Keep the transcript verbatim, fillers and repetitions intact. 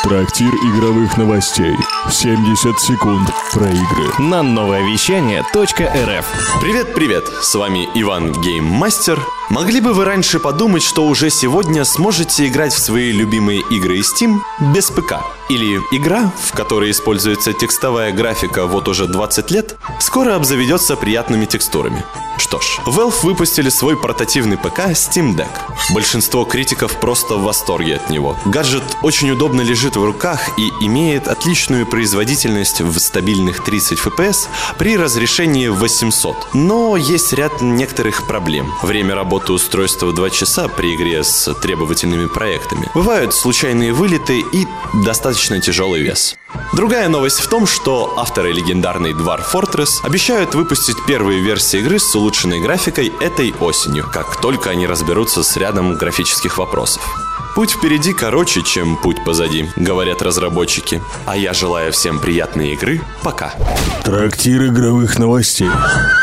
Трактир игровых новостей. семьдесят секунд про игры. На новое вещание .рф. Привет-привет, с вами Иван Гейммастер. Могли бы вы раньше подумать, что уже сегодня сможете играть в свои любимые игры из Steam без ПК? Или игра, в которой используется текстовая графика вот уже двадцать лет, скоро обзаведется приятными текстурами? Что ж, Valve выпустили свой портативный ПК Steam Deck. Большинство критиков просто в восторге от него. Гаджет очень удобно лежит в руках и имеет отличную производительность в стабильных тридцать эф пи эс при разрешении восемьсот. Но есть ряд некоторых проблем. Время работы устройства два часа при игре с требовательными проектами. Бывают случайные вылеты и достаточно тяжелый вес. Другая новость в том, что авторы легендарной Dwarf Fortress обещают выпустить первые версии игры с улучшенной графикой этой осенью, как только они разберутся с рядом графических вопросов. Путь впереди короче, чем путь позади, говорят разработчики. А я желаю всем приятной игры. Пока. Трактир игровых новостей.